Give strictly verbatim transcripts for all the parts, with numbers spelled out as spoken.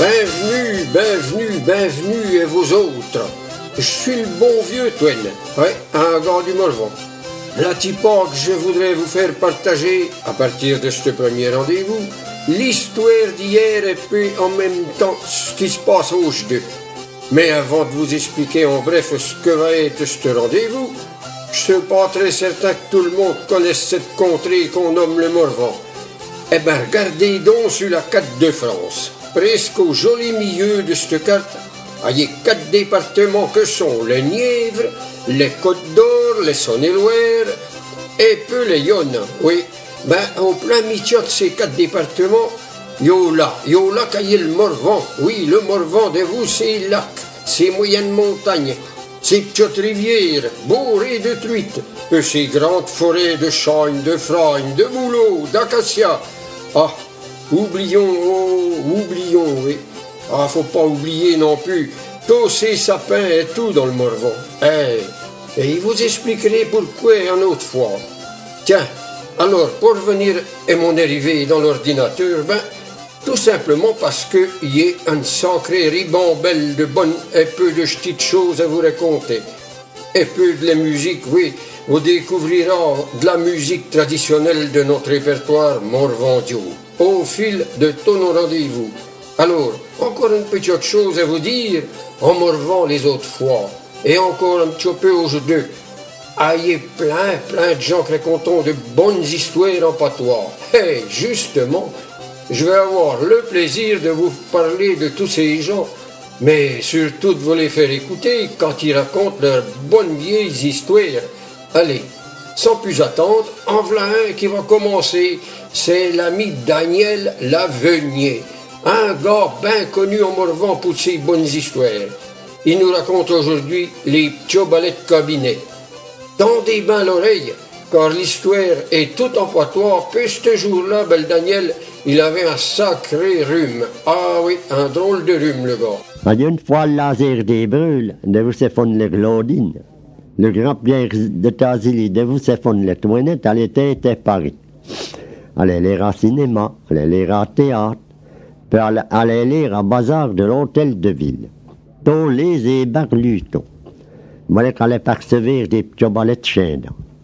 Bienvenue, bienvenue, bienvenue et vous autres. Je suis le bon vieux Twen, ouais, un gars du Morvan. La tipor que je voudrais vous faire partager, à partir de ce premier rendez-vous, l'histoire d'hier et puis en même temps ce qui se passe aujourd'hui. Mais avant de vous expliquer en bref ce que va être ce rendez-vous, je ne suis pas très certain que tout le monde connaisse cette contrée qu'on nomme le Morvan. Eh bien, regardez donc sur la carte de France. Presque au joli milieu de cette carte, il y a quatre départements que sont le Nièvre, les Côtes-d'Or, les Saône-et-Loire et peu les Yonne. Oui, ben, au plein milieu de ces quatre départements, il y a là, il y a là qu'il y a le Morvan. Oui, le Morvan de vous, c'est lac, c'est moyennes montagnes, c'est petites rivières, bourrées de truites, et ces grandes forêts de chagnes, de fragnes, de bouleaux, d'acacias. Ah, oublions, oh, oublions, oui. Ah, faut pas oublier non plus tous ces sapins et tout dans le Morvan. Eh, et il vous expliquerai pourquoi une autre fois. Tiens, alors, pour revenir à mon arrivée dans l'ordinateur, ben, tout simplement parce qu'il y a une sacrée ribambelle de bonnes et peu de petites choses à vous raconter. Et peu de la musique, oui, vous découvrirez de la musique traditionnelle de notre répertoire morvandio au fil de tous nos rendez-vous. Alors, encore une petite chose à vous dire en Morvan les autres fois, et encore un petit peu aujourd'hui. Ah, il y a plein, plein de gens qui racontent de bonnes histoires en patois. Et justement, je vais avoir le plaisir de vous parler de tous ces gens, mais surtout de vous les faire écouter quand ils racontent leurs bonnes vieilles histoires. Allez, sans plus attendre, en voilà un qui va commencer. C'est l'ami Daniel Lavenier, un gars bien connu en Morvan pour ses bonnes histoires. Il nous raconte aujourd'hui les petits ballets de cabinet. Tendez bien l'oreille, car l'histoire est toute en patois, puis ce jour-là, bel Daniel, il avait un sacré rhume. Ah oui, un drôle de rhume, le gars. Il y a une fois, le laser des brûles, de vous s'effondre les Claudine. Le grand Pierre de Tazili, de vous s'effondre les toilettes, elle était à Paris. Elle allait lire au cinéma, elle allait lire au théâtre, puis elle allait lire au bazar de l'hôtel de ville. Tous les ébarlutons. Voilà qu'elle allait percevoir des petits ballets de chien.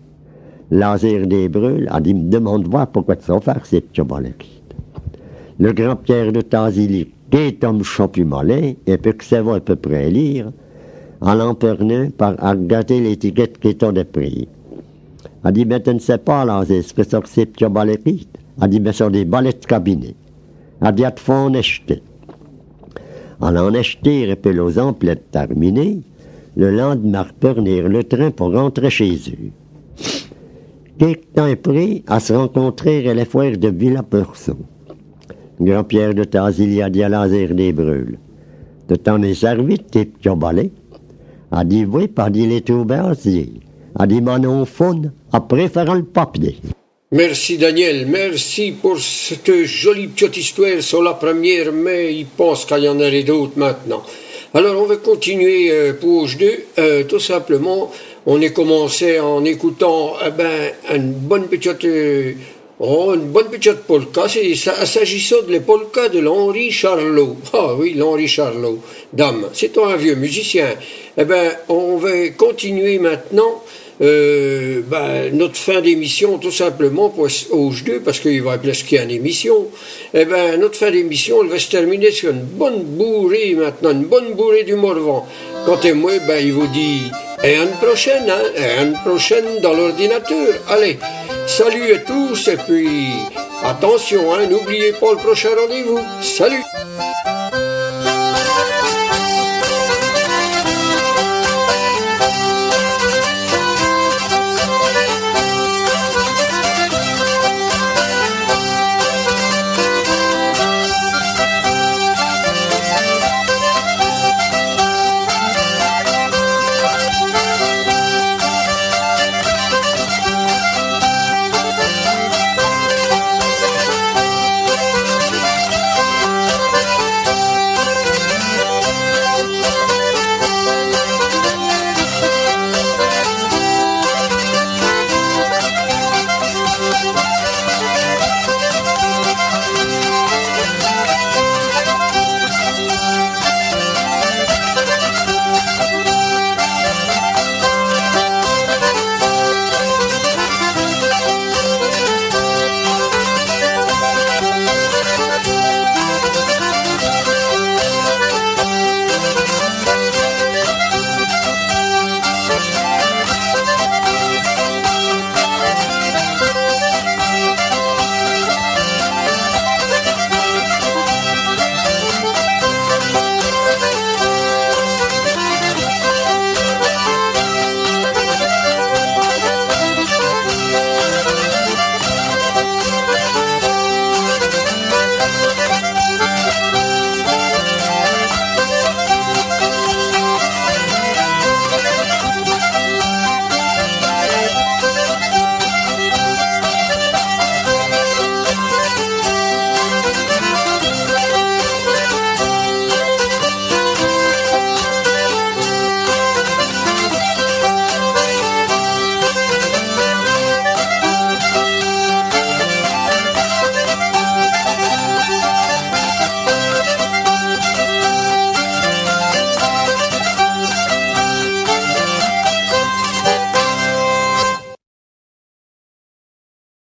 Laser des brûles, elle dit, me demande voir pourquoi tu vas faire ces petits ballets. Le grand Pierre de Tazili, qui est un champion malin, et puis que ça va à peu près lire, en l'empernant par regarder l'étiquette qui est de prix. Elle dit, mais tu ne sais pas, Laser, ce que c'est que ces petits ballets. Elle dit, mais ce sont des ballets de cabinet. Elle dit, il faut en acheter. Elle en acheter, et puis aux emplettes terminées, le lendemain, reprendre le train pour rentrer chez eux. Quelque temps après, à se rencontrer à la foire de Villa-Person. Grand Pierre de Tazili a dit à Laser des brûles, de t'en es servi, tes petits balais? A dit oui, pas dit les tout berciers. A dit mon fond, après faire le papier. Merci Daniel, merci pour cette jolie petite histoire sur la première, mais il pense qu'il y en aurait d'autres maintenant. Alors on va continuer euh, pour deux, euh, tout simplement, on a commencé en écoutant eh ben, une bonne petite... Euh, Oh, une bonne petite polka, c'est, ça, s'agissant de la polka de l'Henri Charlot. Ah oui, l'Henri Charlot, dame, c'est un vieux musicien. Eh ben, on va continuer maintenant euh, ben, notre fin d'émission, tout simplement, pour, au deux, parce qu'il va presque qu'il y a une émission. Eh ben, notre fin d'émission, elle va se terminer sur une bonne bourrée maintenant, une bonne bourrée du Morvan. Quant à moi, ben, il vous dit, et à une prochaine, hein, et à une prochaine dans l'ordinateur. Allez, salut à tous, et puis, attention, hein, n'oubliez pas le prochain rendez-vous. Salut!